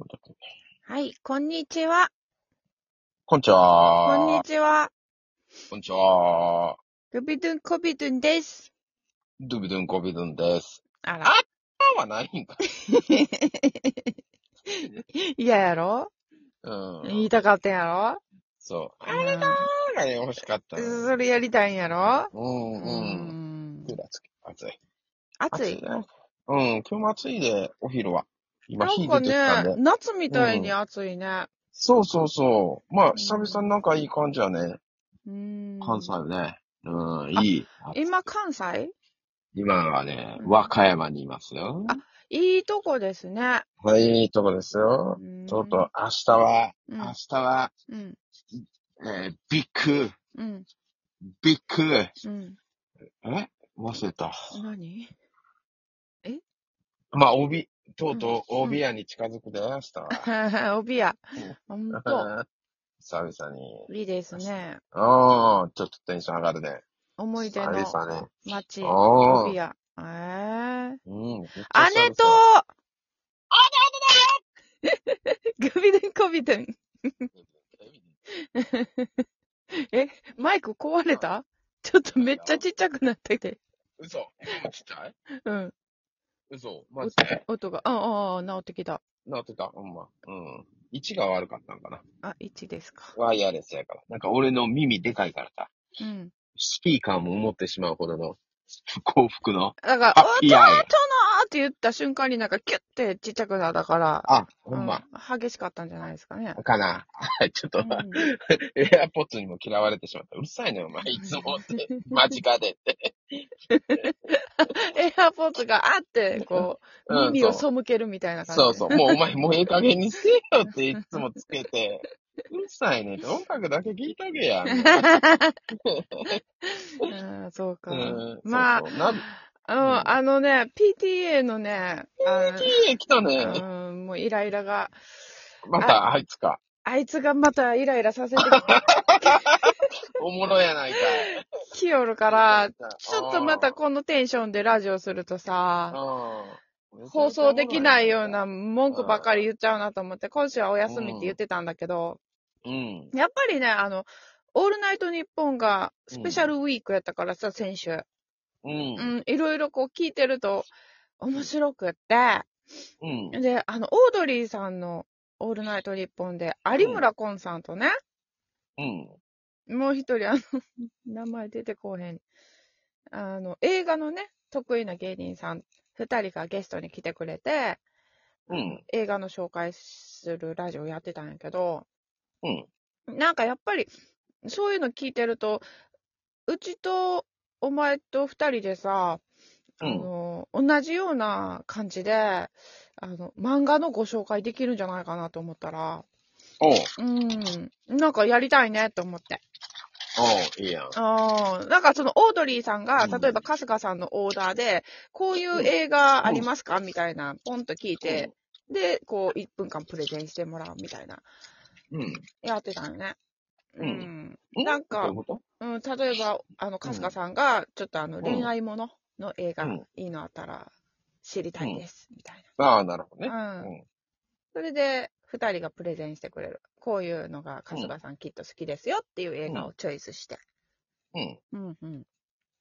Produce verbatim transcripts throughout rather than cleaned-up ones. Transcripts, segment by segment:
はい、こんにちは。 こんにちは。 こんにちは。 こんにちは。 グビドゥンコビドゥンです。 ドゥビドゥンコビドゥンです。 あら。 あーはないんか。 嫌やろうん。 言いたかったんやろそう。あうれだん。 ーがね、欲しかったの。 それやりたいんやろうん、 ううん。 ん。 クーラーつけ、暑い。 暑い。 暑いね。うん、今日も暑いで、お昼は。今、 なん日かね、 出てきたんで。 夏みたいにうん。 暑いね。 そうそうそう。まあ、 う久々にん。 なんかいい感じやね。 うん。 関西ね。うん、 あ、 いい。 今関西今はね、 うん。 和歌山にいますよ。 あ、いいとこですね。 はい、いいとこですうよ。ちょっと、 ん。 明日は、明うん。 日は、 うん。 えービッグ、 うん。 ビッグ、 うん。 え忘れた。 何えまあ、帯、とうん。 うとう、 うん。 帯屋に近づくで、明日は。 帯や。ほんと。 久々に。 いいですね。 ああ、ちょっとテンション上がるね。 思い出久の 々ね。 街、帯ああ、 屋。えー。 うん、めっちゃ姉と久々。 グビドゥンコビドゥン。え、マイク壊れたちょっとめっちゃちっちゃくなってて。 嘘今もちっちゃいうん。 嘘マジ音で音が、ああ、ああ、治ってきた。 なってたほんま。うん。位置が悪かったんかな。 あ、いちですか。 ワイヤレスやから。なんか俺の耳でかいからさ。 うん。 スピーカーも思ってしまうほどの幸福のだから、 ハッ弟のピーアイが。 ーって言った瞬間になんかキュッてちっちゃくなったから、 あ、ほうん、 んま。 激しかったんじゃないですかね。 かな。ちょっと、 うん。 エアポッツにも嫌われてしまった。うるさいねお前。いつもって。間近でって。 エアポーツがあって、こう、 うん、 耳を背そう。 けるみたいな感じ。 そうそう。もうお前、もうええ加減にせえよっていつもつけて。うるさいねって。音楽だけ聞いとけや、みたいな。 うん、そうか。 うん、そうまあ、 そう。な、 うん、 うん。 あのね、ピーティーエー のね、あ、 ピーティーエー 来たね。 うん、もうイライラが、あ、 また、あいつか。 あいつがまたイライラさせておもろやないかい。 きよるから、ちょっとまたこのテンションでラジオするとさ、 うん。めちゃ放めちゃお送できもろいやないようなないか。 文句ばっかり言っちゃうなと思って、今週はお休みって言ってたんだけど、 うん。 やっぱりね、あの、オールナイトニッポンがうん。 スペシャルウィークやったからさ、先週。 う。 うんん、いろいろこう聞いてると面白くって、 うん。 で、あの、オードリーさんのオールナイトニッポンで、有村昆さんとね、 うん。 もう一人、あの、名前出てこうへん。あの、映画のね、得意な芸人さん、二人がゲストに来てくれて、あの、 うん。 映画の紹介するラジオやってたんやけど、 うん。 なんかやっぱり、そういうの聞いてると、うちとお前と二人でさ、あうん。 の、同じような感じで、あの、漫画のご紹介できるんじゃないかなと思ったら、 おう。 うん、なんかやりたいねと思って。 おう。いいやん。 ああ、なんかそのオードリーさんが、 うん。 例えば春日さんのオーダーで、こういう映画ありますかみたいな、ポンと聞いて、で、こう、いっぷんかんプレゼンしてもらうみたいな、 うん。 やってたよね。ううん。 ん。 うん。 なんか、 どういうことうん、例えば、あの、 うん。 春日さんが、ちょっとあの、恋うん。 愛ものの映画、 うん。 いいのあったら、知りうん。 たいです、みたいああ、なるほどね。 な。うん。 うん。 それで、二人がプレゼンしてくれる。こういうのがうん。 春日さんきっと好きですよっていう映うん。 画をチョイスして。 うん。 うんうん。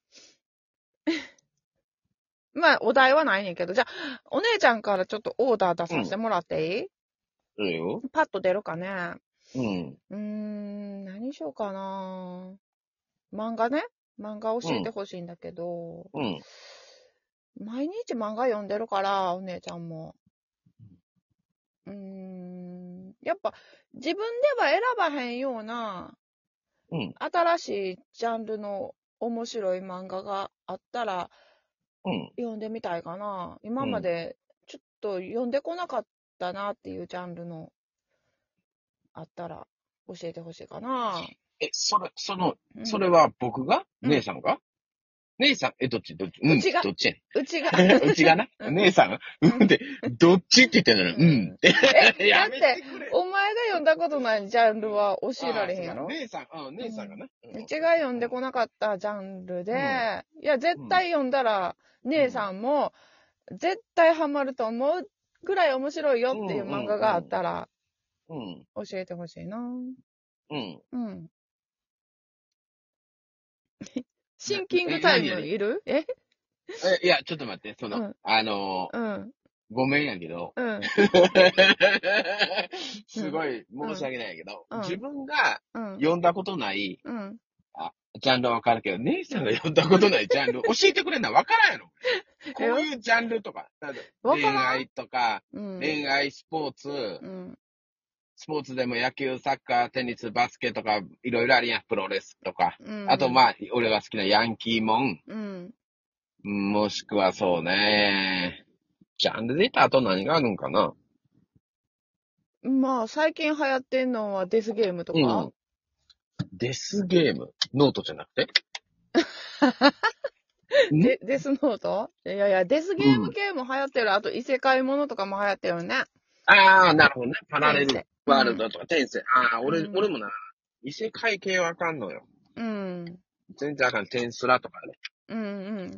まあ、お題はないねんけど、じゃあ、お姉ちゃんからちょっとオーダー出させてもらっていいいいよ。 パッと出るかね。 うん。 うーん、何しようかな。漫画ね。漫画教えてほしいんだけど、 うん。 毎日漫画読んでるから、お姉ちゃんも。うーん、やっぱ自分では選ばへんような、 うん。 新しいジャンルの面白い漫画があったらうん。 読んでみたいかな。今まうん。 でちょっと読んでこなかったなっていうジャンルのあったら教えてほしいかな。 え、それ、その、 うん。 それは僕がうん。 姉さんが姉さん、え、どっちどっちうん。 うちが、 どっちやねうちが。 ん。うちがな。 うん。 姉さんううんって、どっちって言ってんのに、 ん。 うんって。 え、だやめっててくれ。 お前が読んだことないジャンルは教えらああ、そうか。 れへんやろ姉さん、うん、 うん。 姉さんがな。うん、 うオッケーオッケー。 ちが読んでこなかったジャンルで、 うん。 いや、絶うん。 対読んだら、姉うん。 さんも、絶対ハマると思うぐらい面白いよっていう漫画があったら、 うん。 教えてほしいな。 うん。 うん。シンキングタイムいるええ、いや、ちょっと待って、その、 うん。 あのうん。 ごめんやけど、 うん。 すごい申し訳ないけど、 うん自分がうん。 読んだことない、 うん。 あ、ジャンルはわかるけど、姉さんが読んだことないジャンル、教えてくれんのわからんやろ。こういうジャンルとか、恋愛とか、 うん。 恋愛、スポーツ、 うん。 スポーツでも野球、サッカー、テニス、バスケとか、いろいろあるやん、プロレスとか。 うん。 あと、まあ、俺が好きなヤンキーモン。 うん。 もしくはそうね。ジャンルで言ったらあと何があるんかな。 まあ、最近流行ってんのはデスゲームとか。 うん。デスゲーム。ノートじゃなくてで、デスノートいやいや、デスゲーム系も流行ってる。あと、異世界ものとかも流行ってるね。 ああ、なるほどね。パラレル転生ワールドとか転生。ああ、俺、 うん俺もな、異世界系わかんのよ。 うん。 全然あかん。テンスラとかね。 うんうん。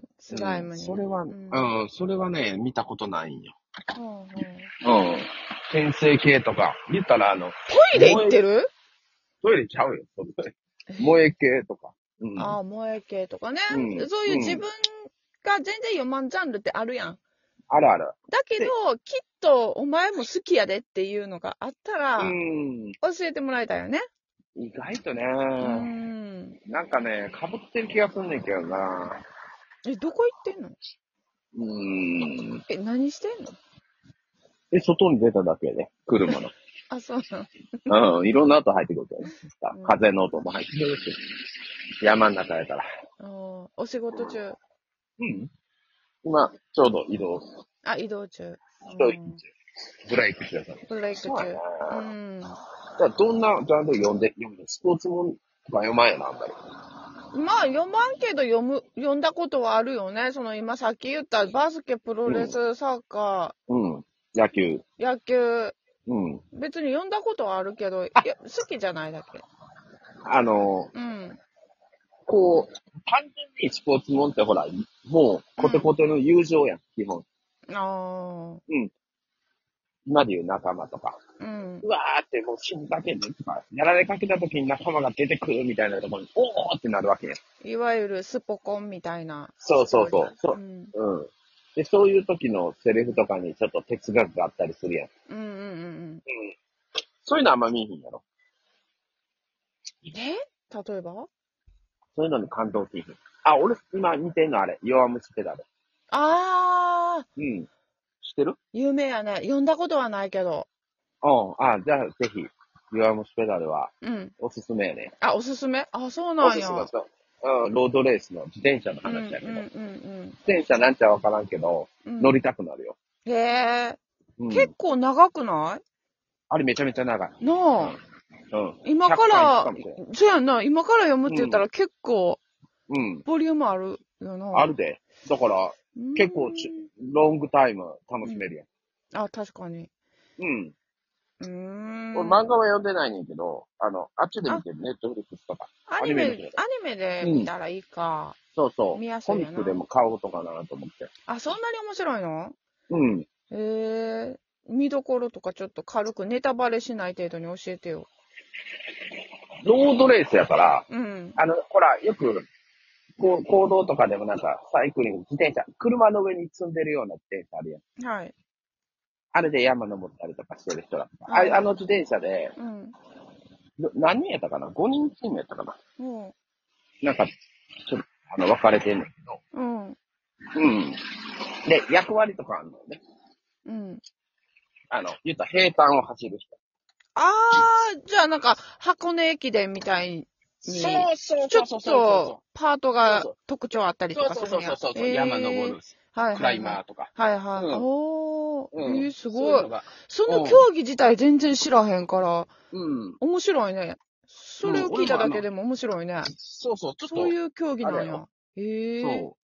スライムうん、 に。 それは、 ううんん、それはね、見たことないんよ。 ほうほううん。転生系とか。言ったらあの、 トイレ行ってるトイレちゃうよ。それ萌え系とか。うん。 ああ、萌え系とかね。 うんそういう自分が全然読まんジャンルってあるやん。 あるある。 だけど、きっとお前も好きやでっていうのがあったうら、 ん。 教えてもらいたいよね。 意外とね、 うん。 なんかね、被ってる気がすんねんけどな。 え、どこ行ってんのうーん。 え、何してんので、外に出ただけで、車の。 あ、そうなの。 うん、いろんな音入ってくるけどね。 うん風の音も入ってくるし。山の中やから。 おお仕事中。 うん。今、ちょうど移動。 あ、移動中。 一息中。ブレイクしてた。 ブレイク中。 そうやうな。 ん。 だからどんなジャンル読んで、読んで、スポーツもんとか読まんやな、あんまり。 まあ、読まんけど読む、読んだことはあるよね。その今さっき言ったバスケ、プロレス、サッカうん。野球。 ー、野球。 うん。 別に読んだことはあるけど、いや好きじゃないだけ。 あの、 うん。 こう、単純にスポーツもんってほら、もう、コテコテの友情やん、基本。 ああ。 うん。今で言う仲間とか。 うん。 うわーってもう死んだけどとか、やられかけた時に仲間が出てくるみたいなところに、おーってなるわけやん。 いわゆるスポコンみたいな。 そうそうそう。そう。 うん。 うん。で、そういう時のセリフとかにちょっと哲学があったりするやん。 うんうんうんうん。 うん。そういうのあんま見えへんやろ。 え例えばそういうのに感動しへん。あ、俺今見てんのあれ。弱虫ペダル。 ああ、 うん。知ってる？ 有名やね。読んだことはないけど。 うん。あ、じゃあぜひ、弱虫ペダルはうん。 おすすめやね。 あ、おすすめあ、そうおなんや。 すすめ、そう。うん、ロードレースの自転車のうんうん話やけど。 うん自転車なんちゃわからんけど、 うん。 乗りたくなるよ。 へえ、 うん。 結構長くなあれめちゃめちゃ長い。 いなあ。 うん。 今かひゃっかいらかもしれん、 そうやんな。今から読むって言ったら結構、 うん。 ボリュームあるよな。 あるで。だから、結構ち、ロングタイム楽しめるやん。 あ、確かに。 うん。 うーん。 俺漫画は読んでないねんけど、あの、あっちで見てる、ネットフリックスとか。 アニメ、アニアニメメで見たらいいか。 そうそう。 見やすコいやなミックでも買おうとかなと思って。 あ、そんなに面白いのうん。 へえ。見どころとかちょっと軽くネタバレしない程度に教えてよ。 ロードレースやから、 うん。 あの、ほら、よく、こう、行動とかでもなんか、サイクリング、自転車、車の上に積んでるような自転車あるやん。 はい。 あれで山登ったりとかしてる人だとか。 はいああの自転車で、 うん。 何人やったかな ?ご 人チームやったかなうん。 なんか、ちょっと、あの、分かれてんねんけど。 うん。 うん。で、役割とかあるのよね。 うん。 あの、言ったら平坦を走る人。 あー、じゃあなんか、箱根駅伝みたいに、 そうそうちょっそうそうと、パートが特徴あったりとかするんや。 そうそうそうそう、えー、山登る、 はいはいはい、 クライマーとか。 はいはい。うん、おー、うん、えー、すごい。その競技自体全然知らへんから、うん、面白いね。それを聞いただけでも面白いね。うん、 そうそう、ちょっと。 そういう競技なんや。へえー。 そう。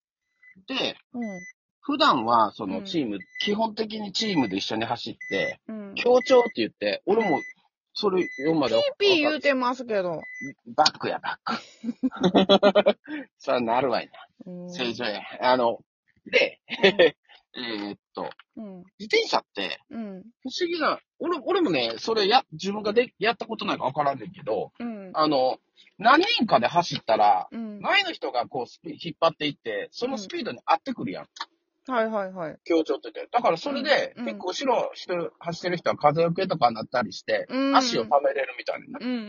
で、 うん、 普段は、そのチーム、うん、基本的にチームで一緒に走って、 うん、 協調って言って、俺も、それ読むまで。 ピーピー言うてますけど。 バックや、バック。そうなるわいな。正常や。あの、で、 えー、っと、 うん。 自転車って、 うん。 不思議な、俺、俺もね、それや、自分がで、やったことないかわからんねんけど、 うん。 あの、何人かで走ったら、 うん。 前の人がこうスピ、引っ張っていって、そのスピードに合ってくるやん。 はいはいはい。 強調ってて。だからそれで、 うん、 結構後ろ人走ってる人は風よけとかになったりして、 うん、 足を溜めれるみたいな。 うん、うん、うん、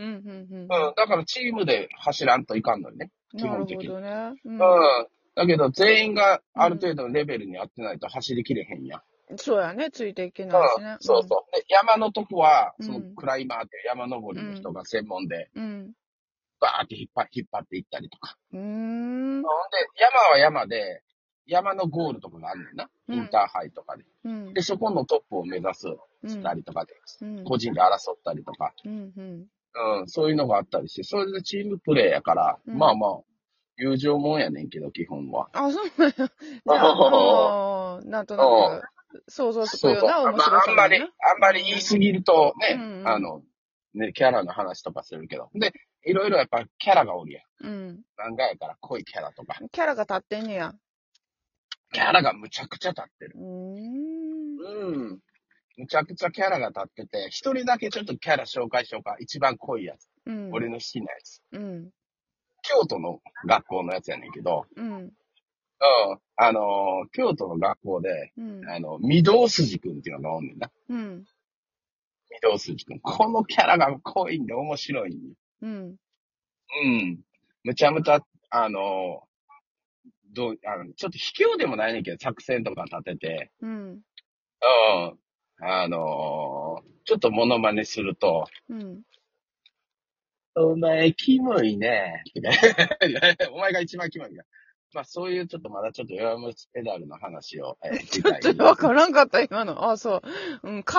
うん。 うん。だからチームで走らんといかんのよね。基なる本的に。 ほどね。うん。 うん。だけど全員がある程度のレベルに合ってないと走りきれへんやん。 そうやね。ついていけうん。 ないしね。 そうそう。で、山のとこは、 うん、 そのクライマーって山登りの人が専門で、 うん。 バーって引っ張引っ張っていったりとか。 うーん。 ほんで、山は山で、山のゴールとかがあるねんな。インターハイとかで。 うん。 で、そこのトップを目指す、したりとかで、 うん。 個人で争ったりとか、 うん、うん。 うん、そういうのがあったりして、それでチームプレーやから、 うんまあまあ、友情もんやねんけど、基本は。 あ、そうなんや。じゃあ、うん、なんとなく、想像つくそうそう。 ような面まあ、 白さあんまり、 な。 あんまり言いすぎるとね、 うんあの、ね、キャラの話とかするけど。で、いろいろやっぱキャラがおるやん。 うん。 漫画やから濃いキャラとか。 キャラが立ってんねや。 キャラがむちゃくちゃ立ってる。 うーん。 うん。むちゃくちゃキャラが立ってて、一人だけちょっとキャラ紹介しようか。一番濃いやつ。 うん。 俺の好きなやつ。 うん。 京都の学校のやつやねんけど、 うん。 うん。あのー、京都の学校で、 うん。 あの、御堂筋くんっていうのがおんねんな。 うん。 御堂筋くん。このキャラが濃いんで面白いんよ。 うん。 うん。むちゃむちゃ、あのー、どう、あの、ちょっと卑怯でもないねんけど、作戦とか立てて、 うん。 うん。あのー、ちょっとモノマネすると、 うん。 お前、キモいね。お前が一番キモいな。まあ、そういうちょっとまだちょっと弱虫ペダルの話を、えー、 ちょっとわからんかった、今の。あ、そう。うん。